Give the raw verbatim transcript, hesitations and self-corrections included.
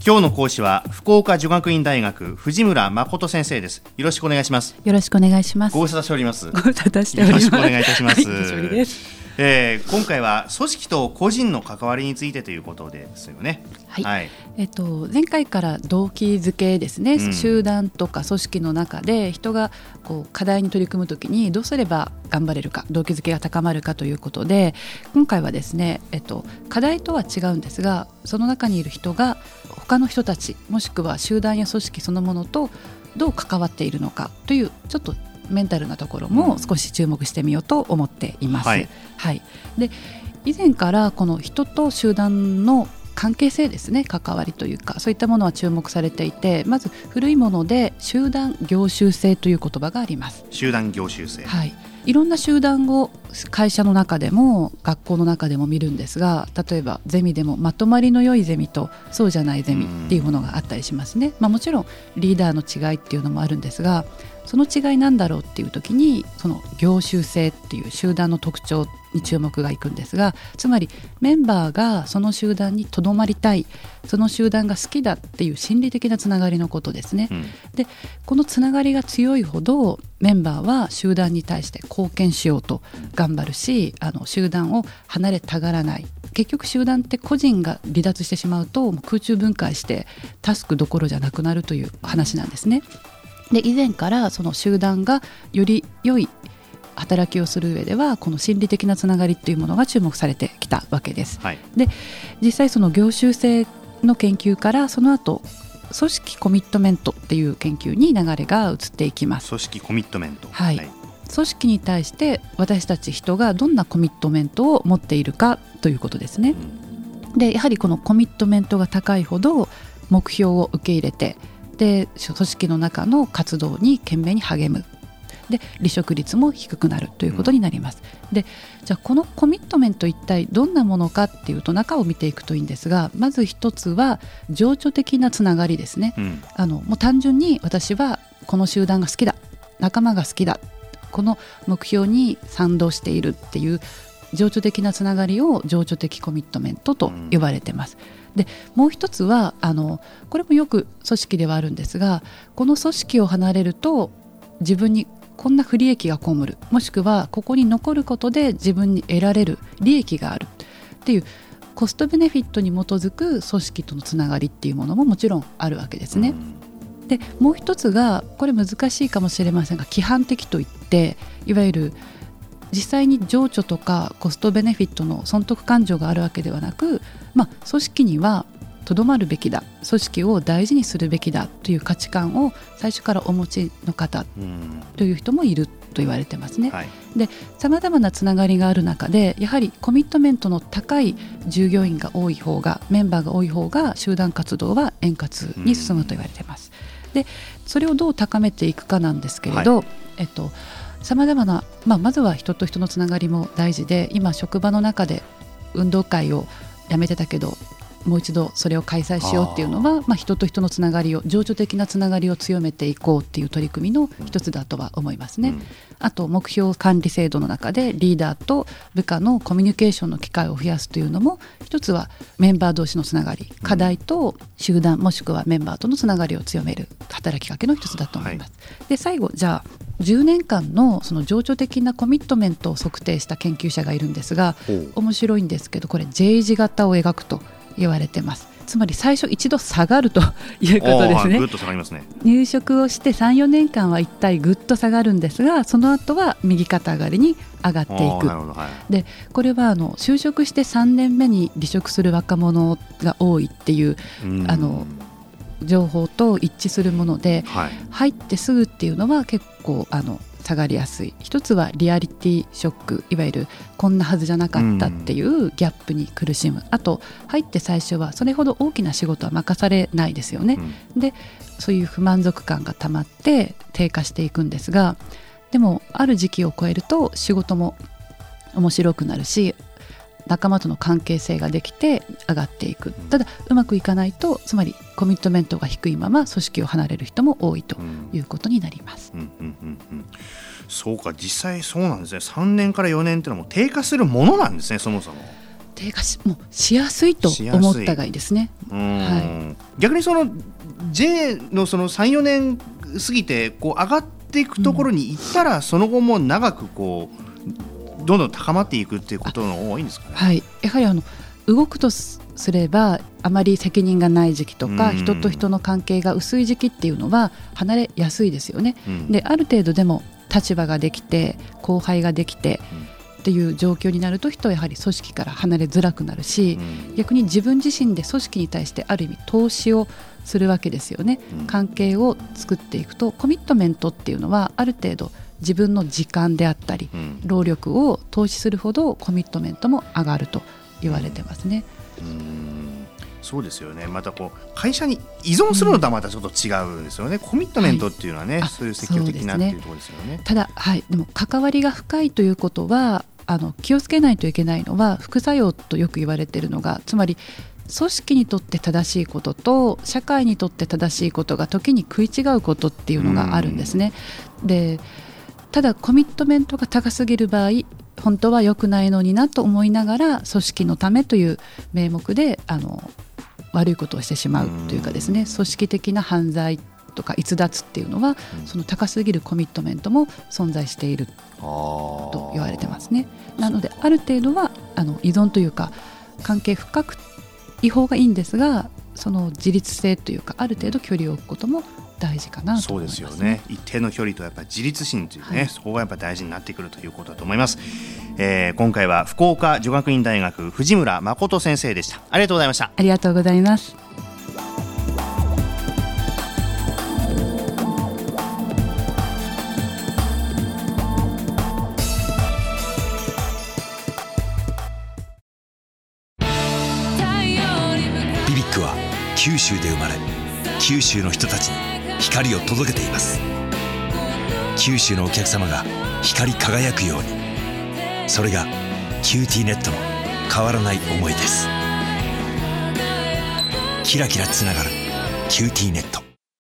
今日の講師は福岡女学院大学藤村誠先生です。よろしくお願いします。 よろしくお願いします。 ご無沙汰しております。 ご無沙汰しております。 よろしくお願いいたします。 はい、久しぶりです。 えー、今回は組織と個人の関わりについてということですよね。 はい、 はい、 えっと、前回から動機づけですね、うん、集団とか組織の中で人がこう課題に取り組むときにどうすれば頑張れるか、動機づけが高まるかということで、今回はですね、えっと、課題とは違うんですが、その中にいる人が他の人たちもしくは集団や組織そのものとどう関わっているのかというちょっとメンタルなところも少し注目してみようと思っています。はいはい、で以前からこの人と集団の関係性ですね、関わりというかそういったものは注目されていて、まず古いもので集団業習性という言葉があります。 集団業習性、 はい、いろんな集団を会社の中でも学校の中でも見るんですが、例えばゼミでもまとまりの良いゼミとそうじゃないゼミっていうものがあったりしますね。まあ、もちろんリーダーの違いっていうのもあるんですが、その違いなんだろうっていう時にその業習性っていう集団の特徴に注目がいくんですが、つまりメンバーがその集団にとどまりたい、その集団が好きだっていう心理的なつながりのことですね。うん、でこのつながりが強いほどメンバーは集団に対して貢献しようと頑張るし、あの集団を離れたがらない。結局集団って個人が離脱してしまうともう空中分解してタスクどころじゃなくなるという話なんですね。で以前からその集団がより良い働きをする上ではこの心理的なつながりというものが注目されてきたわけです。はい、で実際その業習性の研究からその後組織コミットメントっていう研究に流れが移っていきます。 組織コミットメント、 はいはい、組織に対して私たち人がどんなコミットメントを持っているかということですね。うん、でやはりこのコミットメントが高いほど目標を受け入れて、で組織の中の活動に懸命に励む、で離職率も低くなるということになります。うん、でじゃあこのコミットメント一体どんなものかっていうと中を見ていくといいんですが、まず一つは情緒的なつながりですね。うん、あのもう単純に私はこの集団が好きだ、仲間が好きだ、この目標に賛同しているっていう情緒的なつながりを情緒的コミットメントと呼ばれています。うんでもう一つはあのこれもよく組織ではあるんですが、この組織を離れると自分にこんな不利益が被る、もしくはここに残ることで自分に得られる利益があるっていうコストベネフィットに基づく組織とのつながりっていうものももちろんあるわけですね。うん、でもう一つがこれ難しいかもしれませんが規範的といって、いわゆる実際に情緒とかコストベネフィットの損得感情があるわけではなく、まあ、組織にはとどまるべきだ、組織を大事にするべきだという価値観を最初からお持ちの方という人もいると言われてますね。はい、でさまざまなつながりがある中でやはりコミットメントの高い従業員が多い方が、メンバーが多い方が集団活動は円滑に進むと言われています。でそれをどう高めていくかなんですけれど、はい、えっとさまざまな、まあ、まずは人と人のつながりも大事で、今職場の中で運動会をやめてたけどもう一度それを開催しようっていうのは、まあ、人と人のつながりを、情緒的なつながりを強めていこうっていう取り組みの一つだとは思いますね。うん、あと目標管理制度の中でリーダーと部下のコミュニケーションの機会を増やすというのも一つはメンバー同士のつながり、課題と集団もしくはメンバーとのつながりを強める働きかけの一つだと思います。はい、で最後じゃあじゅうねんかん の, その情緒的なコミットメントを測定した研究者がいるんですが、面白いんですけど、これ J 字型を描くと言われてます。つまり最初一度下がるということですね。 ぐっと下がりますね。 入職をして さん,よ 年間は一体ぐっと下がるんですが、その後は右肩上がりに上がっていく。はい、でこれはあの就職してさんねんめに離職する若者が多いっていうあの情報と一致するもので、はい、入ってすぐっていうのは結構あの下がりやすい。一つはリアリティショック、いわゆるこんなはずじゃなかったっていうギャップに苦しむ。あと入って最初はそれほど大きな仕事は任されないですよね。うん、でそういう不満足感がたまって低下していくんですが、でもある時期を超えると仕事も面白くなるし、仲間との関係性ができて上がっていく。ただうまくいかないと、つまりコミットメントが低いまま組織を離れる人も多いということになります。 うんうんうんうん、そうか、実際そうなんですね。さんねんからよねんっていうのはもう低下するものなんですね、そもそも。 低下 し, もうしやすいと思ったがいいですね。 うん、はい、逆にその ジェイ のその さん,よ 年過ぎてこう上がっていくところに行ったら、うん、その後も長くこうどんどん高まっていくっていうことの多いんですかね。 はい、やはりあの動くとすればあまり責任がない時期とか、うん、人と人の関係が薄い時期っていうのは離れやすいですよね、うん、である程度でも立場ができて後輩ができて、うん、っていう状況になると人はやはり組織から離れづらくなるし、うん、逆に自分自身で組織に対してある意味投資をするわけですよね、うん、関係を作っていくとコミットメントっていうのはある程度自分の時間であったり、うん、労力を投資するほどコミットメントも上がると言われてますね。 うん、そうですよね。またこう会社に依存するのとはまたちょっと違うんですよね、うん、コミットメントっていうのはね、はい、そういう積極的なっていうところですよね。 ただ、はい、でも関わりが深いということはあの気をつけないといけないのは副作用とよく言われているのが、つまり組織にとって正しいことと社会にとって正しいことが時に食い違うことっていうのがあるんですね。でただコミットメントが高すぎる場合本当は良くないのになと思いながら組織のためという名目であの悪いことをしてしまうというかですね、組織的な犯罪とか逸脱っていうのはその高すぎるコミットメントも存在していると言われてますね。なのである程度はあの依存というか関係深くい方がいいんですが、その自律性というかある程度距離を置くことも大事かなと思いますね。 そうですよね。一定の距離とやっぱり自立心というね、はい、そこがやっぱり大事になってくるということだと思います、えー、今回は福岡女学院大学藤村誠先生でした。ありがとうございました。 ありがとうございます。 ビビックは九州で生まれ九州の人たちに光を届けています。九州のお客様が光り輝くように、それがキューティーネットの変わらない思いです。キラキラつながるキューティーネット。